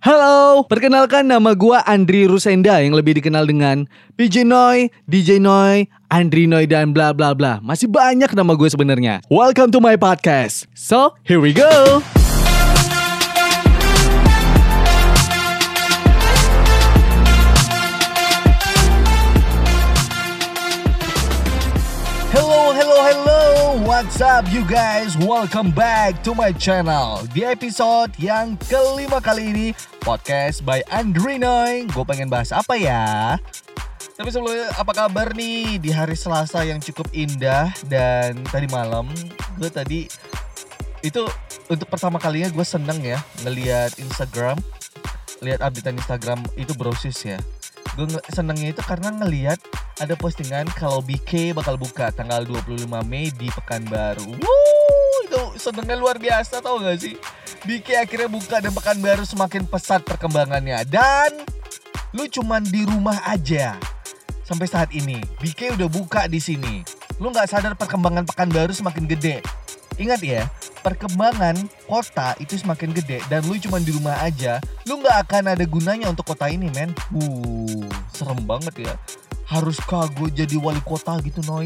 Halo, perkenalkan nama gua Andri Rusenda yang lebih dikenal dengan PJ Noy, DJ Noy, Andri Noy dan bla bla bla. Masih banyak nama gue sebenarnya. Welcome to my podcast. So, here we go. Hello, what's up you guys? Welcome back to my channel. Di episode yang kelima kali ini, podcast by Andri Noy. Gue pengen bahas apa ya? Tapi sebelumnya, apa kabar nih di hari Selasa yang cukup indah? Dan tadi malam, gue tadi itu untuk pertama kalinya gue seneng ya ngelihat Instagram, lihat updatean Instagram itu browses ya. Gue senengnya itu karena ngelihat ada postingan kalau BK bakal buka tanggal 25 Mei di Pekanbaru. Itu senengnya luar biasa, tau gak sih? BK akhirnya buka dan Pekanbaru semakin pesat perkembangannya. Dan lu cuman di rumah aja sampai saat ini. BK udah buka di sini. Lu gak sadar perkembangan Pekanbaru semakin gede. Ingat ya, perkembangan kota itu semakin gede dan lu cuma di rumah aja, lu gak akan ada gunanya untuk kota ini, men. Serem banget ya. Haruskah gue jadi wali kota gitu, Noy?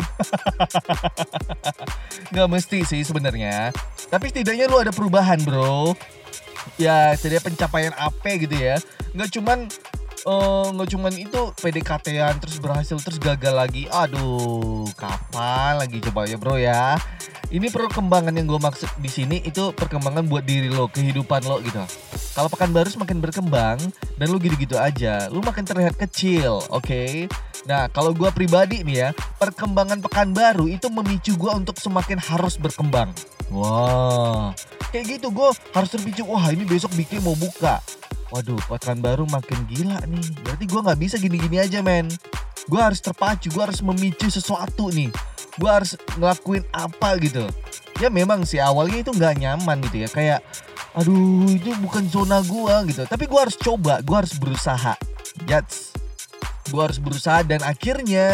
Gak mesti sih sebenarnya. Tapi setidaknya lu ada perubahan, bro. Ya, setidaknya pencapaian apa gitu ya. Gak cuman itu PDKT-an terus berhasil terus gagal lagi. Aduh, kapan lagi coba ya, bro ya. Ini perkembangan yang gue maksud di sini itu perkembangan buat diri lo, kehidupan lo gitu. Kalau Pekanbaru semakin berkembang dan lu gitu-gitu aja, lu makin terlihat kecil, oke? Nah, kalau gue pribadi nih ya, perkembangan Pekanbaru itu memicu gue untuk semakin harus berkembang. Wah, kayak gitu gue harus terpicu. Wah, ini besok bikin mau buka. Waduh, Pekanbaru makin gila nih. Berarti gue gak bisa gini-gini aja, men. Gue harus terpacu, gue harus memicu sesuatu nih. Gue harus ngelakuin apa gitu. Ya memang sih awalnya itu gak nyaman gitu ya. Kayak, aduh itu bukan zona gue gitu. Tapi gue harus coba, gue harus berusaha. Gue harus berusaha dan akhirnya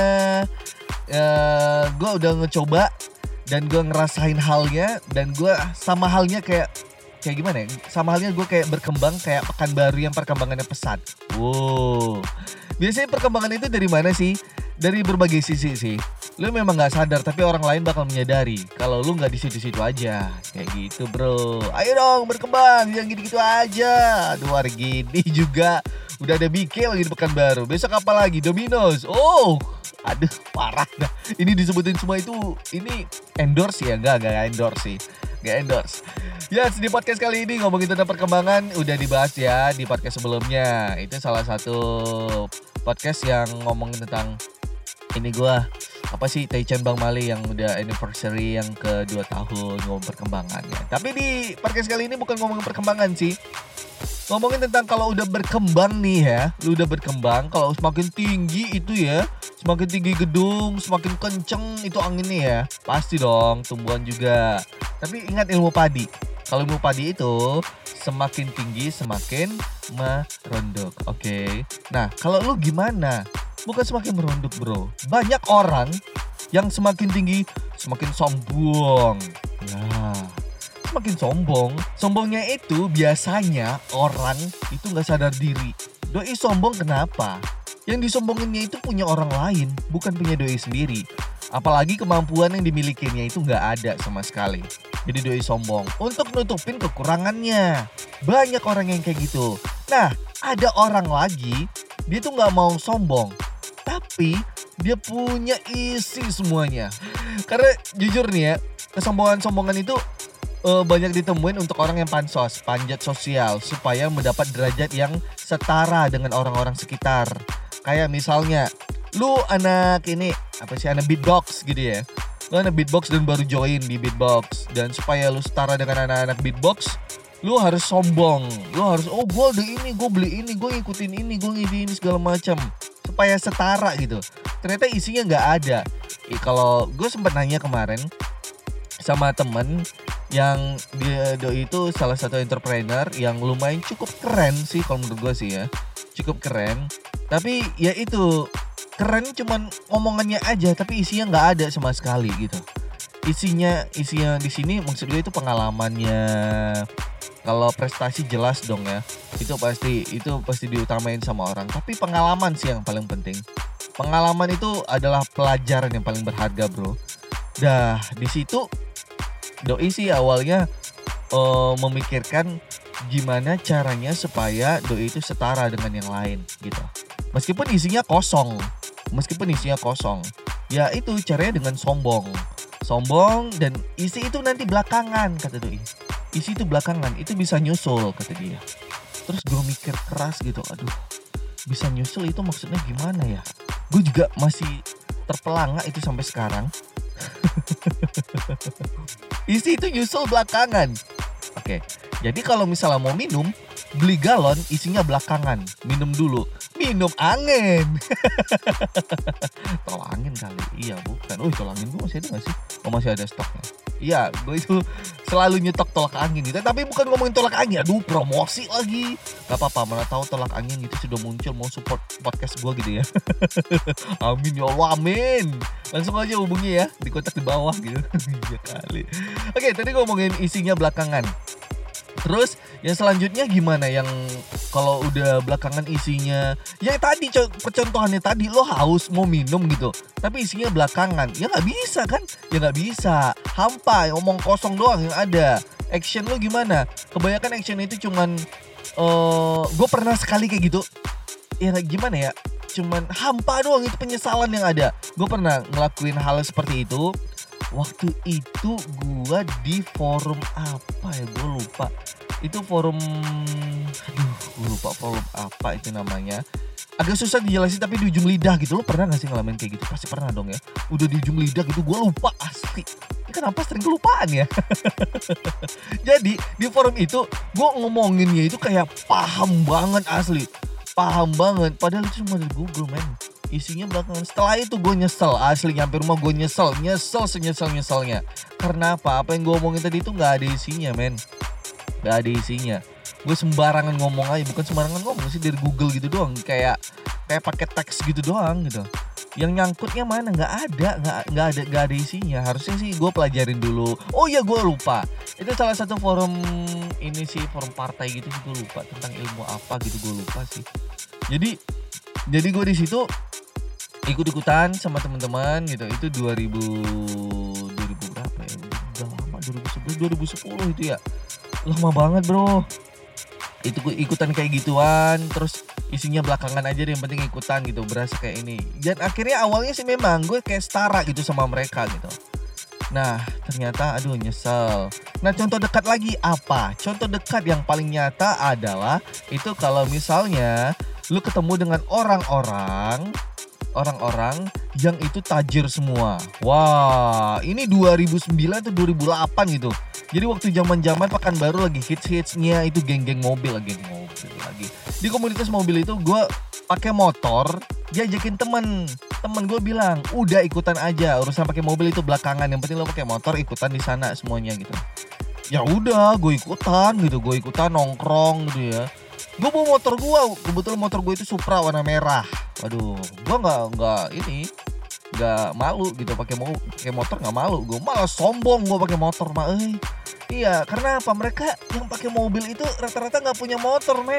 gue udah ngecoba. Dan gue ngerasain halnya. Dan gue sama halnya kayak gimana ya? Sama halnya gue kayak berkembang kayak Pekanbaru yang perkembangannya pesat. Wow. Biasanya perkembangan itu dari mana sih? Dari berbagai sisi sih. Lu memang gak sadar tapi orang lain bakal menyadari kalau lu gak di situ-situ aja. Kayak gitu, bro. Ayo dong berkembang, jangan gitu-gitu aja. Aduh, hari gini juga udah ada BK lagi di Pekanbaru. Besok apa lagi? Domino's. Oh, aduh parah dah. Ini disebutin semua itu, ini endorse ya? Enggak endorse sih. Gak endorse. Ya, di podcast kali ini ngomongin tentang perkembangan udah dibahas ya di podcast sebelumnya. Itu salah satu podcast yang ngomongin tentang ini gua apa sih Taichan Bang Mali yang udah anniversary yang ke-2 tahun ngomong perkembangannya. Tapi di podcast kali ini bukan ngomongin perkembangan sih. Ngomongin tentang kalau udah berkembang nih ya. Lu udah berkembang, kalau semakin tinggi itu ya, semakin tinggi gedung, semakin kenceng itu anginnya ya. Pasti dong tumbuhan juga. Tapi ingat ilmu padi. Kalau ilmu padi itu semakin tinggi semakin merondok. Oke. Nah, kalau lu gimana? Bukan semakin merondok, bro. Banyak orang yang semakin tinggi semakin sombong. Nah, semakin sombong. Sombongnya itu biasanya orang itu gak sadar diri. Doi sombong kenapa? Yang disombonginnya itu punya orang lain, bukan punya doi sendiri. Apalagi kemampuan yang dimilikinya itu gak ada sama sekali. Jadi doi sombong untuk nutupin kekurangannya. Banyak orang yang kayak gitu. Nah, ada orang lagi, dia tuh gak mau sombong, tapi dia punya isi semuanya. Karena jujur nih ya, kesombongan-sombongan itu banyak ditemuin untuk orang yang pansos, panjat sosial, supaya mendapat derajat yang setara dengan orang-orang sekitar. Kayak misalnya, lu anak ini, anak beatbox gitu ya. Lu anak beatbox dan baru join di beatbox. Dan supaya lu setara dengan anak-anak beatbox, lu harus sombong. Lu harus, oh gue ada ini, gue beli ini, gue ngikutin ini, gue ngikutin ini segala macam. Supaya setara gitu. Ternyata isinya gak ada. Kalau gue sempat nanya kemarin sama temen yang dia doi itu salah satu entrepreneur yang lumayan cukup keren sih kalau menurut gue sih ya. Cukup keren. Tapi ya itu keren cuman omongannya aja tapi isinya nggak ada sama sekali gitu. Isinya di sini maksud gue itu pengalamannya, Kalau prestasi jelas dong ya, itu pasti diutamain sama orang. Tapi pengalaman sih yang paling penting. Pengalaman itu adalah pelajaran yang paling berharga, bro. Dah di situ doi sih awalnya memikirkan gimana caranya supaya doi itu setara dengan yang lain gitu. Meskipun isinya kosong, ya itu caranya dengan sombong dan isi itu nanti belakangan kata doi. Isi itu belakangan, itu bisa nyusul kata dia. Terus gue mikir keras gitu, aduh bisa nyusul itu maksudnya gimana ya? Gue juga masih terpelanga itu sampai sekarang. Isi itu nyusul belakangan. Oke, jadi kalau misalnya mau minum, beli galon isinya belakangan. Minum dulu, minum angin. Tol angin kali, iya bukan. Tol angin gue masih ada gak sih? Oh masih ada stoknya. Iya, gue itu selalu nyetok tolak angin gitu. Tapi bukan ngomongin tolak angin, aduh promosi lagi. Gak apa-apa, mana tahu tolak angin gitu sudah muncul mau support podcast gue gitu ya. Amin ya Allah, amin. Langsung aja hubungi ya di kontak di bawah gitu. Iya kali. Oke, tadi ngomongin isinya belakangan. Terus yang selanjutnya gimana yang kalau udah belakangan isinya, ya tadi percontohannya tadi lo haus mau minum gitu, tapi isinya belakangan, ya nggak bisa kan? Ya nggak bisa, hampa, omong kosong doang yang ada. Action lo gimana? Kebanyakan action itu cuman, gue pernah sekali kayak gitu, ya gimana ya? Cuman hampa doang, itu penyesalan yang ada. Gue pernah ngelakuin hal seperti itu. Waktu itu gue di forum apa ya, gue lupa. Itu forum, gue lupa forum apa itu namanya. Agak susah dijelasin tapi di ujung lidah gitu. Lo pernah gak sih ngalamin kayak gitu? Pasti pernah dong ya. Udah di ujung lidah gitu, gue lupa asli. Ini kenapa sering kelupaan ya? Jadi di forum itu gue ngomonginnya itu kayak paham banget asli. Paham banget, padahal itu cuma dari Google men. Isinya belakangan. Setelah itu gue nyesel, asli nyampe rumah gue nyesel senyesel-nyeselnya. Karena apa yang gue omongin tadi itu gak ada isinya men. Gak ada isinya. Gue sembarangan ngomong aja, bukan sembarangan ngomong sih, dari Google gitu doang. Kayak pakai teks gitu doang gitu. Yang nyangkutnya mana, gak ada isinya. Harusnya sih gue pelajarin dulu. Oh iya gue lupa, itu salah satu forum ini sih, forum partai gitu sih, gue lupa tentang ilmu apa gitu, gue lupa sih. Jadi gue di situ ikut-ikutan sama teman-teman gitu. Itu 2000 berapa ya? Udah lama, 2010 itu ya. Lama banget bro. Itu gue ikutan kayak gituan, terus isinya belakangan aja deh, yang penting ikutan gitu, berasa kayak ini. Dan akhirnya awalnya sih memang gue kayak setara gitu sama mereka gitu. Nah ternyata aduh nyesel. Nah contoh dekat lagi apa? Contoh dekat yang paling nyata adalah itu kalau misalnya lu ketemu dengan orang-orang yang itu tajir semua. Wah, ini 2009 atau 2008 gitu. Jadi waktu zaman-zaman Pekanbaru lagi hits-hitsnya itu geng-geng mobil lagi. Di komunitas mobil itu gue pakai motor, diajakin temen gue bilang, "Udah ikutan aja, urusan pakai mobil itu belakangan, yang penting lo pakai motor ikutan di sana semuanya gitu." Ya udah, gue ikutan nongkrong gitu ya. Gue bawa motor gue, kebetulan motor gue itu Supra warna merah. Waduh, gue nggak malu gitu pakai motor, nggak malu. Gue malah sombong gue pakai motor mah. Iya, karena apa? Mereka yang pakai mobil itu rata-rata nggak punya motor men.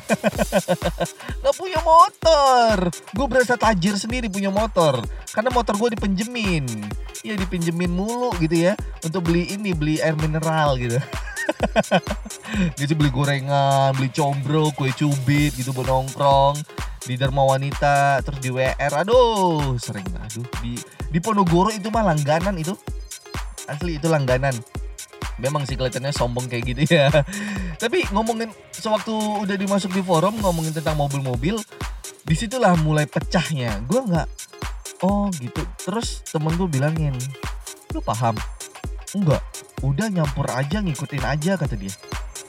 Nggak punya motor. Gue berasa tajir sendiri punya motor, karena motor gue dipinjemin. Iya dipinjemin mulu gitu ya, untuk beli air mineral gitu. Gitu beli gorengan, beli combro, kue cubit gitu buat nongkrong di Dharma Wanita, terus di WR. Aduh, sering. Di Ponorogo itu mah langganan itu. Asli itu langganan. Memang sih kelihatannya sombong kayak gitu ya. Tapi ngomongin sewaktu udah dimasuk di forum ngomongin tentang mobil-mobil, disitulah mulai pecahnya. Gue nggak, oh gitu. Terus temen gue bilangin, lu paham? Enggak. Udah nyampur aja, ngikutin aja kata dia.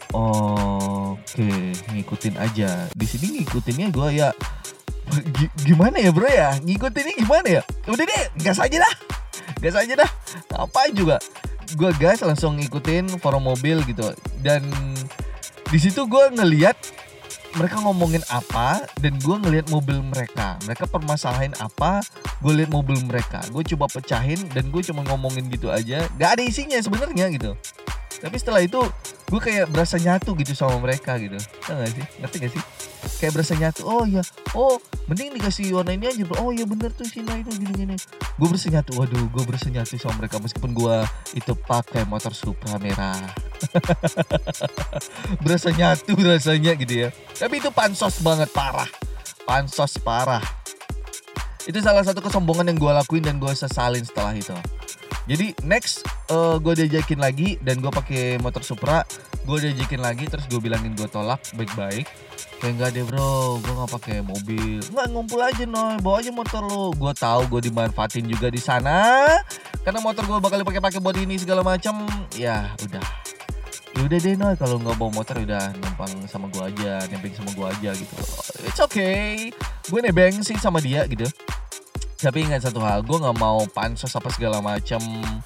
Oke, ngikutin aja. Di sini ngikutinnya gue ya gimana ya bro ya? Ngikutinnya gimana ya? Udah deh, gas aja dah. Ngapain juga? Gue gas langsung ngikutin forum mobil gitu. Dan di situ gue ngelihat mereka ngomongin apa, dan gue ngelihat mobil mereka permasalahin apa, gue lihat mobil mereka, gue coba pecahin, dan gue cuma ngomongin gitu aja, gak ada isinya sebenarnya gitu. Tapi setelah itu gue kayak berasa nyatu gitu sama mereka gitu. Tau gak sih? Ngerti gak sih? Kayak berasa nyatu. Oh iya, oh mending dikasih warna ini aja bro. Oh iya bener tuh Sina itu gini-gini. Gue berasa nyatu, waduh gue berasa nyatu sama mereka. Meskipun gue itu pakai motor Supra merah. Berasa nyatu rasanya gitu ya. Tapi itu pansos banget, parah. Pansos parah. Itu salah satu kesombongan yang gue lakuin dan gue sesalin setelah itu. Jadi next gue diajakin lagi dan gue pakai motor Supra, gue diajakin lagi terus gue bilangin gue tolak baik-baik. Kayak enggak deh bro, gue nggak pakai mobil. Nggak, ngumpul aja Noy, bawa aja motor lo. Gue tahu gue dimanfaatin juga di sana karena motor gue bakal dipakai buat ini segala macam. Ya udah. Ya udah deh Noy, kalau nggak bawa motor udah numpang sama gue aja, nebeng sama gue aja gitu. It's okay, gue nebeng sih sama dia gitu. Tapi ingat satu hal, gue nggak mau pansos apa segala macam.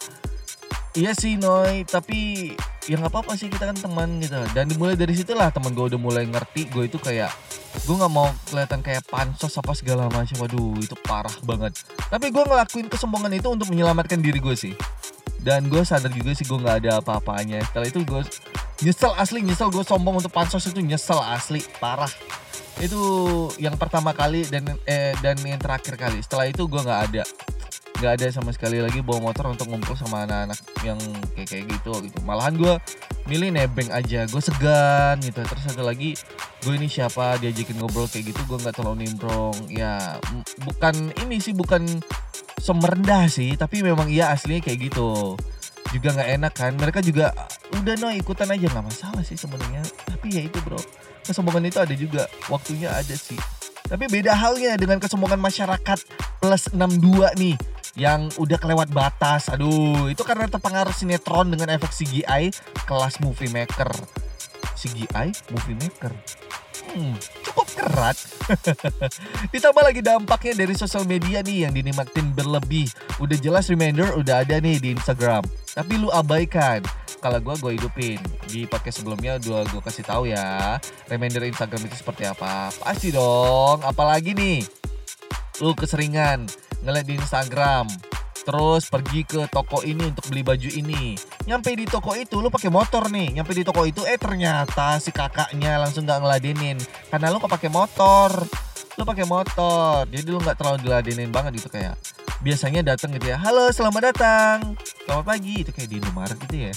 Iya sih Noy, tapi ya nggak apa-apa sih, kita kan teman gitu. Dan dimulai dari situlah teman gue udah mulai ngerti gue itu kayak gue nggak mau kelihatan kayak pansos apa segala macam. Waduh itu parah banget. Tapi gue ngelakuin kesombongan itu untuk menyelamatkan diri gue sih. Dan gue sadar juga sih gue nggak ada apa-apanya. Setelah itu gue nyesel, asli nyesel. Gue sombong untuk pansos itu nyesel asli, parah. Itu yang pertama kali dan yang terakhir kali. Setelah itu gue nggak ada sama sekali lagi bawa motor untuk ngumpul sama anak-anak yang kayak gitu. Malahan gue milih nebeng aja, gue segan gitu. Terus satu lagi, gue ini siapa diajakin ngobrol kayak gitu, gue nggak terlalu nimbrong. Ya bukan ini sih, bukan semerendah sih, tapi memang iya aslinya kayak gitu. Juga nggak enak kan, mereka juga udah no ikutan aja, nggak masalah sih sebenarnya. Tapi ya itu bro, kesombongan itu ada juga, waktunya ada sih. Tapi beda halnya dengan kesombongan masyarakat plus 62 nih, yang udah kelewat batas. Aduh, itu karena terpengaruh sinetron dengan efek CGI kelas movie maker. CGI movie maker, cukup kerat. Ditambah lagi dampaknya dari sosial media nih yang dinikmatin berlebih. Udah jelas reminder udah ada nih di Instagram, tapi lu abaikan. Kalau gue hidupin di podcast sebelumnya, gue kasih tahu ya reminder Instagram itu seperti apa. Pasti dong, apalagi nih lu keseringan ngeliat di Instagram, terus pergi ke toko ini untuk beli baju ini. Nyampe di toko itu lu pakai motor nih. Nyampe di toko itu ternyata si kakaknya langsung nggak ngeladenin karena lu kok pakai motor. Lu pakai motor, jadi lu nggak terlalu diladenin banget gitu. Kayak biasanya datang gitu ya, halo selamat datang, selamat pagi, itu kayak di Indomaret gitu ya.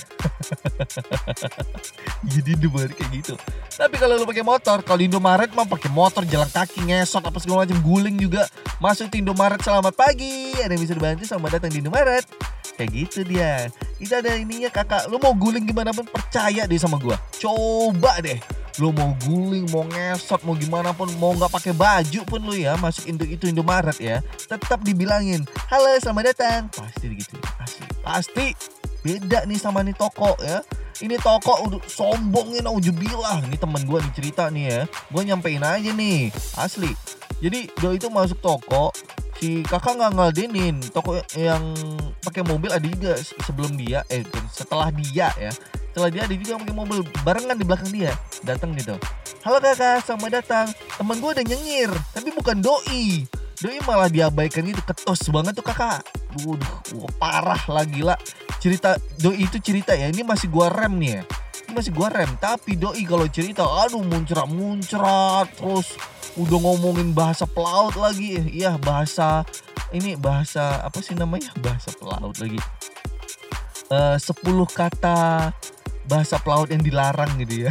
Jadi Indomaret kayak gitu. Tapi kalau lu pakai motor, kalau di Indomaret mah pakai motor jalan kaki ngesot apa segala macam, guling juga. Masuk di Indomaret selamat pagi, ada yang bisa dibantu, selamat datang di Indomaret. Kayak gitu dia. Itu ada ininya kakak, lu mau guling gimana pun percaya deh sama gua. Coba deh. Lu mau guling, mau ngesot, mau gimana pun, mau nggak pakai baju pun lu ya masuk itu Indomaret ya, tetap dibilangin halo selamat datang, pasti gitu ya. Pasti beda nih sama nih toko ya. Ini toko udah sombongin, ujubillah. Ini temen gue nih cerita nih ya, gue nyampein aja nih asli. Jadi do itu masuk toko, si kakak nggak ngeladenin. Toko yang pakai mobil ada juga sebelum dia, setelah dia ya. Setelah dia ada juga pakai mobil barengan di belakang dia, datang gitu. Halo kakak, selamat datang. Temen gue udah nyengir, tapi bukan doi. Doi malah diabaikan gitu, ketos banget tuh kakak. Parah lah, gila. Cerita doi itu cerita ya, ini masih gue rem nih ya. Ini masih gue rem, tapi doi kalau cerita, aduh muncrat. Terus udah ngomongin bahasa pelaut lagi. Iya bahasa, ini bahasa apa sih namanya? Bahasa pelaut lagi. 10 kata bahasa pelaut yang dilarang gitu ya.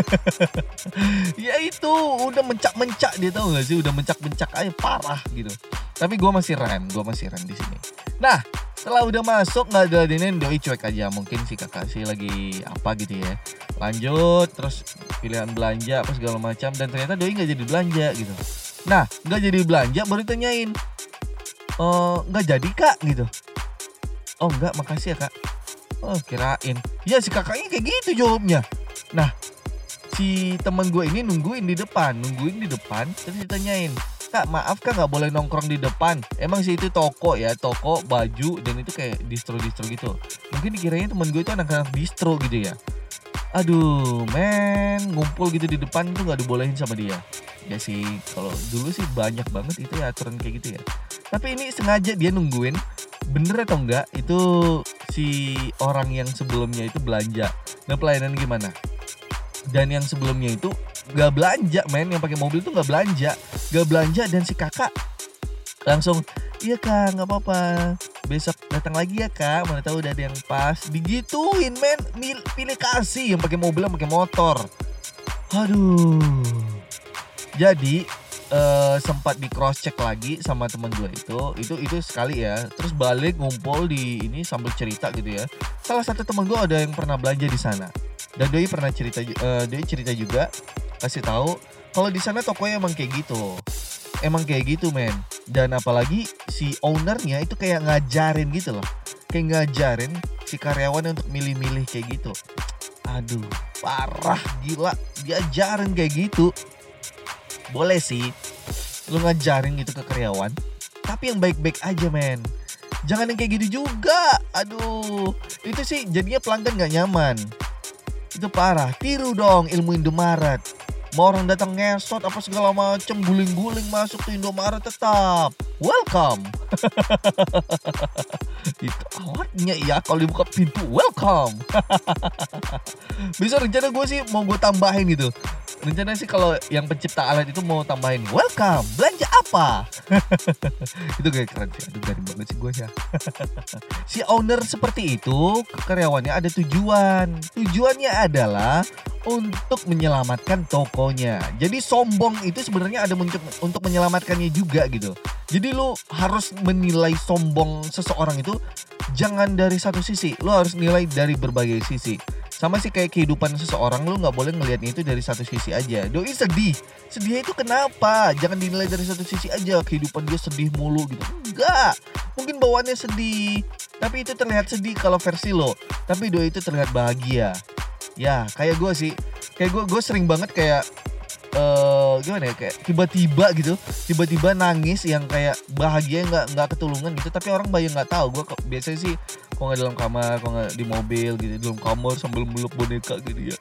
Ya itu udah mencak-mencak dia, tahu gak sih, udah mencak-mencak aja parah gitu. Tapi gue masih rem di sini. Nah setelah udah masuk nggak diladenin, doi cuek aja. Mungkin si kakak sih lagi apa gitu ya. Lanjut terus pilihan belanja apa segala macam, dan ternyata doi nggak jadi belanja gitu. Nah nggak jadi belanja baru tanyain, nggak jadi kak gitu. Oh enggak, makasih ya kak. Oh kirain. Ya si kakaknya kayak gitu jawabnya. Nah si teman gue ini nungguin di depan. Terus ditanyain, kak maaf kak nggak boleh nongkrong di depan. Emang sih itu toko ya, toko baju, dan itu kayak distro gitu. Mungkin dikiranya teman gue itu anak-anak distro gitu ya. Aduh men, ngumpul gitu di depan itu nggak dibolehin sama dia. Ya sih kalau dulu sih banyak banget itu ya aturan kayak gitu ya. Tapi ini sengaja dia nungguin. Bener atau enggak itu si orang yang sebelumnya itu belanja. Nah pelayanan gimana? Dan yang sebelumnya itu gak belanja men, yang pakai mobil tuh gak belanja dan si kakak langsung, iya kak gak apa-apa, besok datang lagi ya kak, mana tahu udah ada yang pas. Digituin men, pilih kasih yang pakai mobil yang pakai motor. Aduh. Jadi sempat di cross check lagi sama temen gue itu sekali ya. Terus balik ngumpul di ini sambil cerita gitu ya. Salah satu temen gue ada yang pernah belanja di sana. Dan Doi pernah cerita juga, kasih tahu kalau di sana tokonya emang kayak gitu men. Dan apalagi si ownernya itu kayak ngajarin gitu loh, kayak ngajarin si karyawan untuk milih-milih kayak gitu. Aduh parah gila, diajarin kayak gitu. Boleh sih lu ngajarin gitu ke karyawan, tapi yang baik-baik aja men, jangan yang kayak gitu juga. Aduh itu sih jadinya pelanggan gak nyaman. Itu parah. Tiru dong ilmu Indomaret. Mau orang datang ngesot apa segala macem, guling-guling masuk tuh Indomaret tetap welcome. Itu alatnya ya, kalau dibuka pintu welcome. Bisa rencana gue sih mau gue tambahin gitu. Rencana sih kalau yang pencipta alat itu mau tambahin welcome, belanja apa? Itu kayak keren sih. Aduh garing banget sih gue ya. Si owner seperti itu, karyawannya ada tujuan. Tujuannya adalah untuk menyelamatkan tokonya. Jadi sombong itu sebenarnya ada untuk menyelamatkannya juga gitu. Jadi lu harus menilai sombong seseorang itu jangan dari satu sisi. Lu harus nilai dari berbagai sisi. Sama sih kayak kehidupan seseorang, lu gak boleh ngelihatnya itu dari satu sisi aja. Doi sedih. Sedihnya itu kenapa? Jangan dinilai dari satu sisi aja. Kehidupan dia sedih mulu gitu. Enggak. Mungkin bawaannya sedih, tapi itu terlihat sedih kalau versi lo. Tapi Doi itu terlihat bahagia. Ya kayak gue sih. Kayak gue sering banget kayak gimana ya, kayak tiba-tiba nangis yang kayak bahagia nggak ketulungan gitu, tapi orang banyak nggak tahu. Gue biasanya sih kalau nggak dalam kamar, kalau nggak di mobil gitu, dalam kamar sambil meluk boneka gitu ya.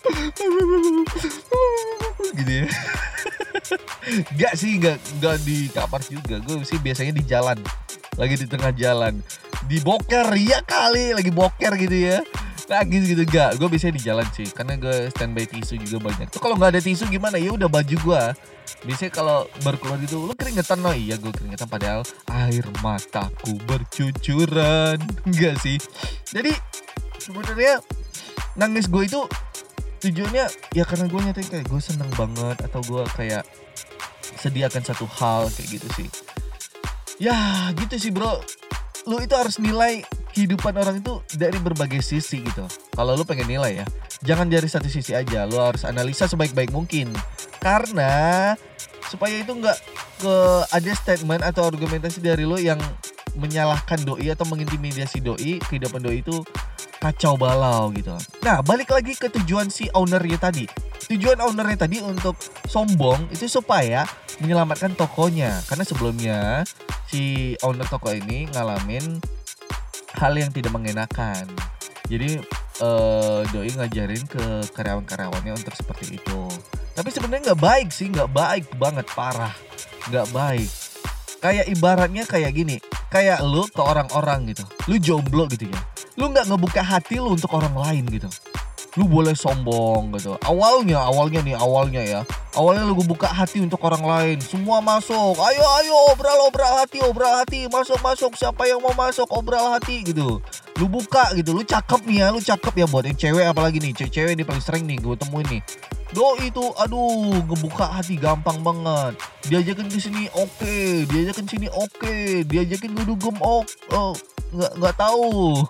Gitu ya. Gak sih, gak di kamar juga. Gue sih biasanya di jalan, lagi di tengah jalan, di boker ya kali, lagi boker gitu ya. Nangis gitu gak, gue biasanya di jalan sih, karena gue standby tisu juga banyak. Tuh kalau nggak ada tisu gimana ya, udah baju gue biasanya kalau baru keluar gitu, lu keringetan loh. Iya gue keringetan padahal air mataku bercucuran. Enggak sih. Jadi sebenarnya nangis gue itu tujuannya ya karena gue nyatain kayak gue seneng banget, atau gue kayak sedih akan satu hal kayak gitu sih. Ya gitu sih bro. Lu itu harus nilai kehidupan orang itu dari berbagai sisi gitu. Kalau lu pengen nilai ya, jangan dari satu sisi aja. Lu harus analisa sebaik-baik mungkin. Karena supaya itu nggak ada statement atau argumentasi dari lu yang menyalahkan doi atau mengintimidasi doi. Kehidupan doi itu kacau balau gitu. Nah balik lagi ke tujuan si ownernya tadi. Tujuan ownernya tadi untuk sombong itu supaya menyelamatkan tokonya. Karena sebelumnya si owner toko ini ngalamin hal yang tidak mengenakan. Jadi doi ngajarin ke karyawan-karyawannya untuk seperti itu. Tapi sebenarnya nggak baik sih, nggak baik banget, parah, nggak baik. Kayak ibaratnya kayak gini, kayak lu ke orang-orang gitu, lu jomblo gitu ya, lu nggak ngebuka hati lu untuk orang lain gitu. Lu boleh sombong gitu. Awalnya ya. Awalnya lu buka hati untuk orang lain. Semua masuk. Ayo obral hati. Masuk. Siapa yang mau masuk obral hati gitu. Lu buka gitu. Lu cakep ya buat yang cewek apalagi nih. Cewek ini paling sering nih gue temuin nih. Doi itu aduh ngebuka hati gampang banget. Diajakin ke sini oke. Diajakin sini oke. Diajakin gue dugem nggak tahu.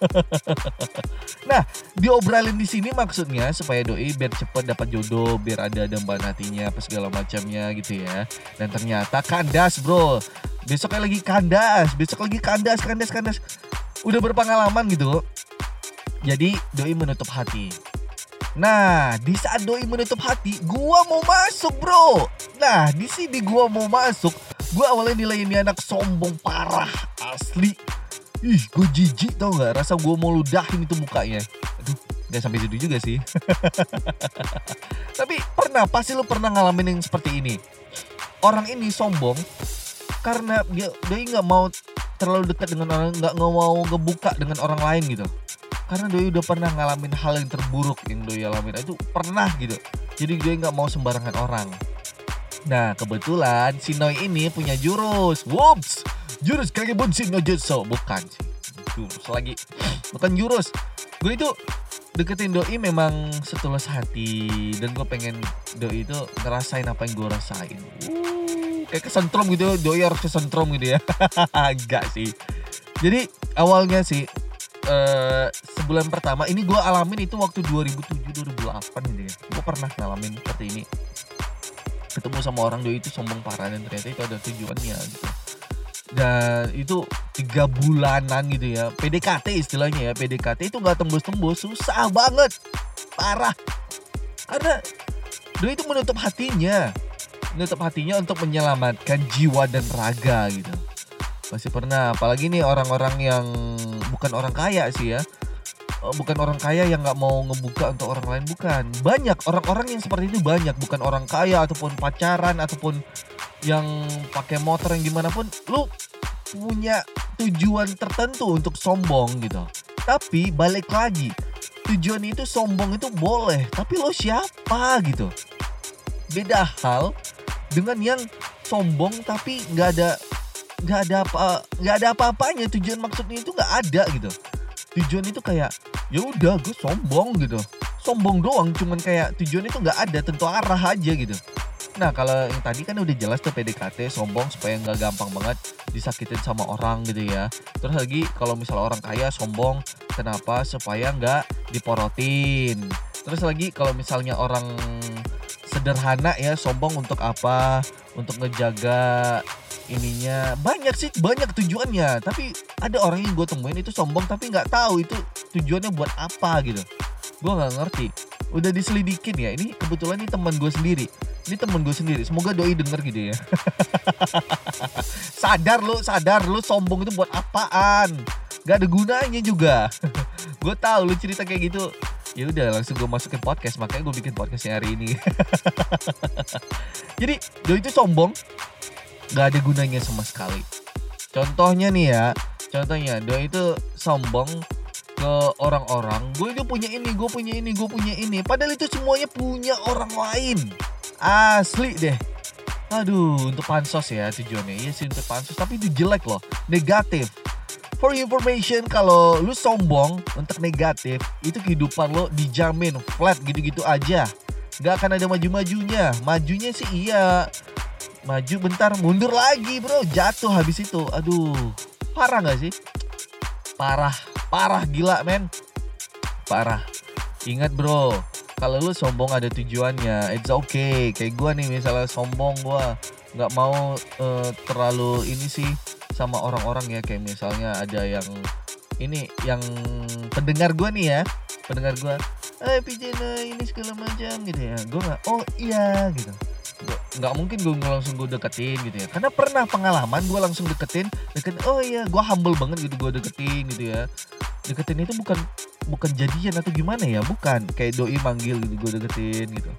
Nah, diobralin di sini maksudnya supaya doi biar cepet dapat jodoh, biar ada dambahan hatinya apa segala macamnya gitu ya. Dan ternyata kandas, bro. Besok lagi kandas. Udah berpengalaman gitu. Jadi doi menutup hati. Nah, di saat doi menutup hati, gua mau masuk, bro. Nah, di sini gua mau masuk. Gua awalnya nilai ini anak sombong parah, asli. Ih, gue jijik tau gak? Rasa gue mau ludahin itu mukanya. Aduh, gak sampai situ juga sih. Tapi pasti lu pernah ngalamin yang seperti ini. Orang ini sombong karena dia gak mau terlalu dekat dengan orang, nggak mau ngebuka dengan orang lain gitu. Karena doi udah pernah ngalamin hal yang terburuk yang doi alamin itu pernah gitu. Jadi doi nggak mau sembarangan orang. Nah kebetulan si Noi ini punya jurus. Whoops, jurus kage bunshin no jutsu. Bukan sih, jurus lagi. Bukan jurus. Gue itu deketin doi memang setulus hati. Dan gue pengen doi itu ngerasain apa yang gue rasain. Kayak kesentrum gitu, doi harus kesentrum gitu ya. Enggak sih. Jadi awalnya sih sebulan pertama ini gue alamin itu waktu 2007-2008 gitu ya. Gue pernah ngalamin seperti ini. Ketemu sama orang doi itu sombong parah dan ternyata itu ada tujuannya gitu. Dan itu 3 bulanan gitu ya. PDKT istilahnya ya. PDKT itu gak tembus-tembus, susah banget. Parah. Karena doi itu menutup hatinya untuk menyelamatkan jiwa dan raga gitu. Masih pernah, apalagi nih orang-orang yang bukan orang kaya sih ya. Bukan orang kaya yang gak mau ngebuka untuk orang lain, bukan. Banyak orang-orang yang seperti itu banyak. Bukan orang kaya ataupun pacaran ataupun yang pakai motor yang gimana pun. Lu punya tujuan tertentu untuk sombong gitu. Tapi balik lagi, tujuan itu sombong itu boleh. Tapi lo siapa gitu. Beda hal dengan yang sombong tapi gak ada apa-apanya. Tujuan maksudnya itu nggak ada gitu. Tujuan itu kayak ya udah gue sombong gitu, sombong doang, cuman kayak tujuan itu nggak ada, tentu arah aja gitu. Nah kalau yang tadi kan udah jelas tuh PDKT sombong supaya nggak gampang banget disakitin sama orang gitu ya. Terus lagi kalau misalnya orang kaya sombong kenapa, supaya nggak diporotin. Terus lagi kalau misalnya orang sederhana ya sombong untuk apa, untuk ngejaga ininya. Banyak sih, banyak tujuannya. Tapi ada orang yang gue temuin itu sombong tapi nggak tahu itu tujuannya buat apa gitu. Gue nggak ngerti. Udah diselidikin ya. Ini kebetulan ini teman gue sendiri. Semoga doi denger gitu ya. Sadar lu sombong itu buat apaan? Gak ada gunanya juga. Gue tahu lu cerita kayak gitu. Ya udah langsung gue masukin podcast, makanya gue bikin podcastnya hari ini. Jadi doi itu sombong, gak ada gunanya sama sekali. Contohnya nih ya, doi itu sombong ke orang-orang, gue itu punya ini, gue punya ini. Padahal itu semuanya punya orang lain. Asli deh. Aduh, untuk pansos ya tujuannya. Iya sih untuk pansos, tapi itu jelek loh, negatif. For information, kalau lu sombong untuk negatif, itu kehidupan lo dijamin flat gitu-gitu aja. Gak akan ada maju-majunya. Majunya sih iya, maju bentar mundur lagi bro, jatuh habis itu. Aduh, parah gak sih? Parah gila men. Parah. Ingat bro, kalau lu sombong ada tujuannya, it's okay. Kayak gue nih misalnya sombong, gue gak mau terlalu ini sih sama orang-orang ya. Kayak misalnya ada yang ini, yang pendengar gue nih ya, Pijena ini segala macam gitu ya. Gue gak, oh iya gitu. Nggak mungkin gue langsung deketin gitu ya, karena pernah pengalaman gue langsung deketin, oh iya gue humble banget gitu, gue deketin gitu ya. Deketin itu bukan jadian atau gimana ya, bukan, kayak doi manggil gitu, gue deketin gitu.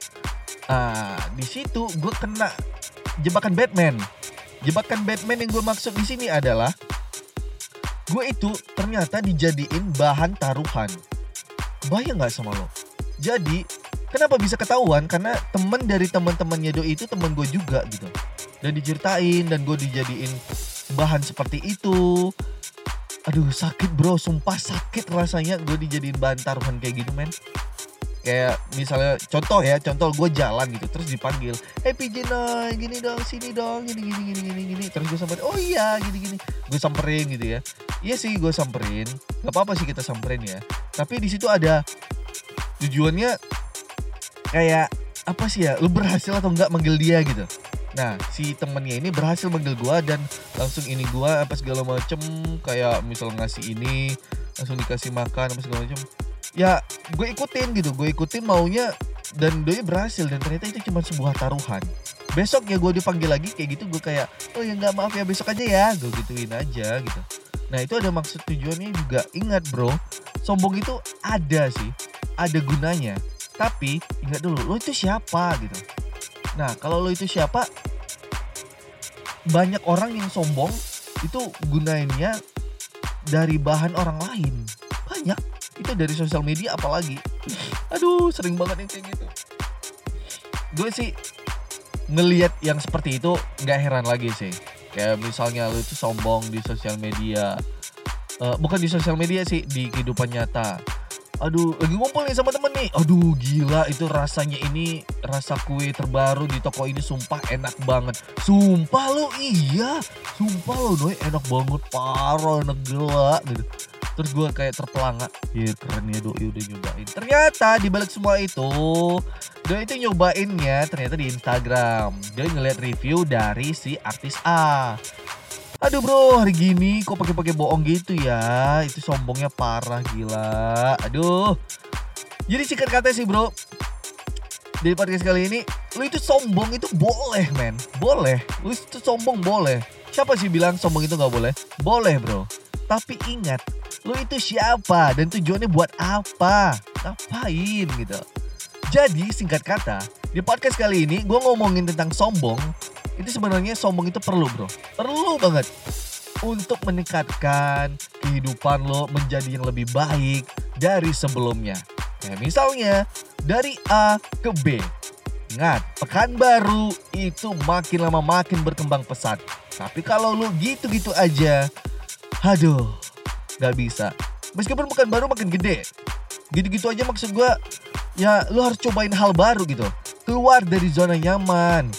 Di situ gue kena jebakan Batman yang gue maksud di sini adalah gue itu ternyata dijadiin bahan taruhan. Bayang nggak sama lo? Jadi kenapa bisa ketahuan? Karena temen dari teman-temannya doi itu temen gue juga gitu. Dan diceritain dan gue dijadiin bahan seperti itu. Aduh sakit bro, sumpah sakit rasanya gue dijadiin bahan taruhan kayak gitu men. Kayak misalnya contoh gue jalan gitu terus dipanggil, Pijena gini dong, sini dong, gini. Terus gue samperin, oh iya gini. Gue samperin gitu ya. Iya sih gue samperin, gak apa-apa sih kita samperin ya. Tapi di situ ada tujuannya, kayak apa sih ya, lu berhasil atau enggak manggil dia gitu. Nah si temennya ini berhasil manggil gue dan langsung ini gue apa segala macem, kayak misal ngasih ini langsung dikasih makan apa segala macem. Ya gue ikutin maunya, dan doi berhasil, dan ternyata itu cuma sebuah taruhan. Besok ya gue dipanggil lagi kayak gitu, gue kayak, oh ya nggak, maaf ya besok aja ya, gue gituin aja gitu. Nah itu ada maksud tujuannya juga. Ingat bro, sombong itu ada sih, ada gunanya. Tapi ingat dulu, lo itu siapa gitu. Nah kalau lo itu siapa, banyak orang yang sombong itu gunainnya dari bahan orang lain. Banyak. Itu dari sosial media apalagi. Aduh, sering banget yang kayak gitu. Gue sih ngelihat yang seperti itu gak heran lagi sih. Kayak misalnya lu itu sombong di sosial media. Bukan di sosial media sih, di kehidupan nyata. Aduh, lagi ngumpul nih sama temen nih. Aduh, gila itu rasanya ini rasa kue terbaru di toko ini sumpah enak banget. Sumpah lo, iya. Sumpah lo, doi enak banget, parah, enak gila gitu. Terus gue kayak terpelanga, ya keren ya doi udah nyobain. Ternyata di balik semua itu, doi itu nyobainnya ternyata di Instagram. Doi ngeliat review dari si artis A. Aduh bro, hari gini kok pakai bohong gitu ya. Itu sombongnya parah gila. Aduh. Jadi singkat kata sih bro, di podcast kali ini, lu itu sombong itu boleh men. Boleh, lu itu sombong boleh. Siapa sih bilang sombong itu gak boleh? Boleh bro. Tapi ingat, lu itu siapa dan tujuannya buat apa? Ngapain gitu. Jadi singkat kata, di podcast kali ini gue ngomongin tentang sombong. Itu sebenarnya sombong itu perlu bro. Perlu banget. Untuk meningkatkan kehidupan lo menjadi yang lebih baik dari sebelumnya. Kayak misalnya dari A ke B. Ingat, Pekanbaru itu makin lama makin berkembang pesat. Tapi kalau lo gitu-gitu aja, aduh, gak bisa. Meskipun Pekanbaru makin gede, gitu-gitu aja maksud gue, ya lo harus cobain hal baru gitu. Keluar dari zona nyaman.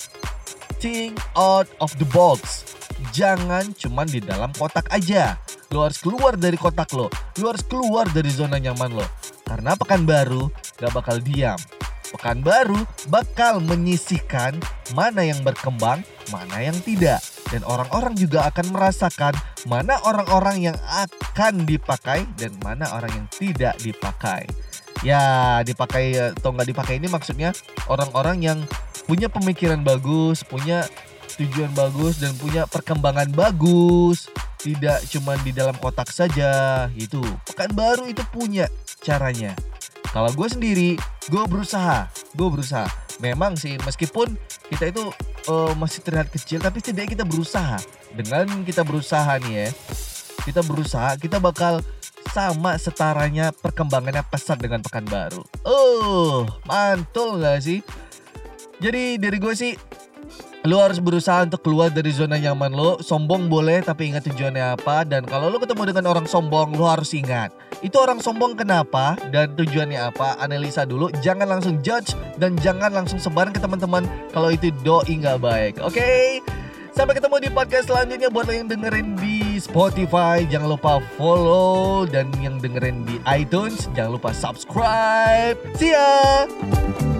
Think out of the box. Jangan cuman di dalam kotak aja. Lo harus keluar dari kotak lo. Lo harus keluar dari zona nyaman lo. Karena Pekanbaru gak bakal diam. Pekanbaru bakal menyisihkan mana yang berkembang, mana yang tidak. Dan orang-orang juga akan merasakan mana orang-orang yang akan dipakai dan mana orang yang tidak dipakai. Ya dipakai atau gak dipakai ini maksudnya orang-orang yang punya pemikiran bagus, punya tujuan bagus dan punya perkembangan bagus. Tidak cuma di dalam kotak saja gitu. Pekanbaru itu punya caranya. Kalau gue sendiri, gue berusaha. Memang sih meskipun kita itu masih terlihat kecil, tapi setidaknya kita berusaha. Dengan kita berusaha nih ya, kita bakal sama setaranya perkembangannya pesat dengan Pekanbaru. Mantul gak sih? Jadi dari gue sih, lo harus berusaha untuk keluar dari zona nyaman lo. Sombong boleh tapi ingat tujuannya apa. Dan kalau lo ketemu dengan orang sombong, lo harus ingat itu orang sombong kenapa dan tujuannya apa. Analisa dulu, jangan langsung judge dan jangan langsung sebarin ke teman-teman kalau itu doi gak baik. Oke? Sampai ketemu di podcast selanjutnya. Buat lo yang dengerin di Spotify, jangan lupa follow. Dan yang dengerin di iTunes, jangan lupa subscribe. See ya!